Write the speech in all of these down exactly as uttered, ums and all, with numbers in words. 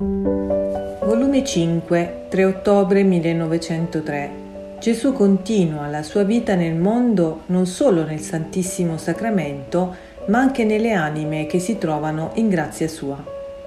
Volume cinque, tre ottobre millenovecentotre. Gesù continua la sua vita nel mondo non solo nel Santissimo Sacramento, ma anche nelle anime che si trovano in grazia sua.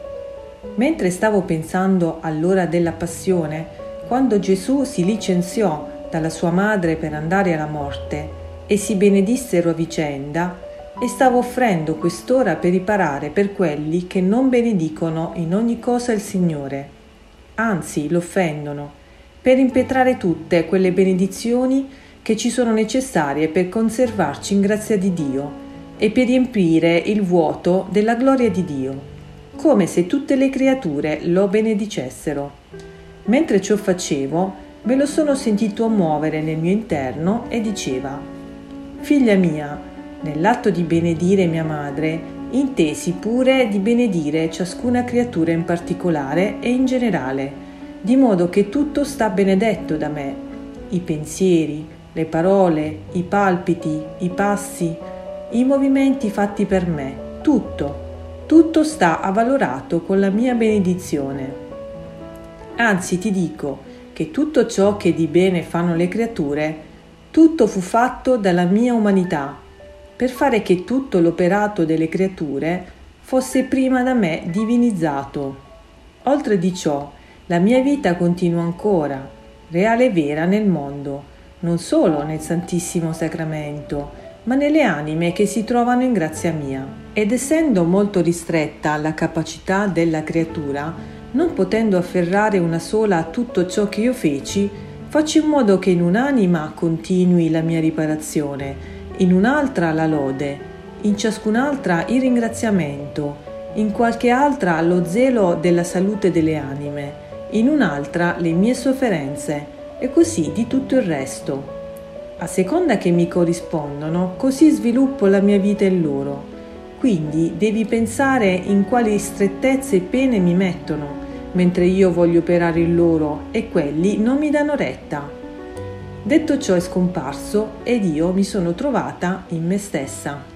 Mentre stavo pensando all'ora della passione, quando Gesù si licenziò dalla sua madre per andare alla morte e si benedissero a vicenda, e stavo offrendo quest'ora per riparare per quelli che non benedicono in ogni cosa il Signore, anzi lo offendono, per impetrare tutte quelle benedizioni che ci sono necessarie per conservarci in grazia di Dio e per riempire il vuoto della gloria di Dio, come se tutte le creature lo benedicessero. Mentre ciò facevo, me lo sono sentito muovere nel mio interno e diceva: «Figlia mia, nell'atto di benedire mia madre, intesi pure di benedire ciascuna creatura in particolare e in generale, di modo che tutto sta benedetto da me, i pensieri, le parole, i palpiti, i passi, i movimenti fatti per me, tutto, tutto sta avvalorato con la mia benedizione. Anzi, ti dico che tutto ciò che di bene fanno le creature, tutto fu fatto dalla mia umanità, per fare che tutto l'operato delle creature fosse prima da me divinizzato. Oltre di ciò, la mia vita continua ancora, reale e vera nel mondo, non solo nel Santissimo Sacramento, ma nelle anime che si trovano in grazia mia. Ed essendo molto ristretta alla capacità della creatura, non potendo afferrare una sola a tutto ciò che io feci, faccio in modo che in un'anima continui la mia riparazione, in un'altra la lode, in ciascun'altra il ringraziamento, in qualche altra lo zelo della salute delle anime, in un'altra le mie sofferenze, e così di tutto il resto. A seconda che mi corrispondono, così sviluppo la mia vita in loro. Quindi devi pensare in quali strettezze e pene mi mettono, mentre io voglio operare in loro e quelli non mi danno retta». Detto ciò è scomparso ed io mi sono trovata in me stessa.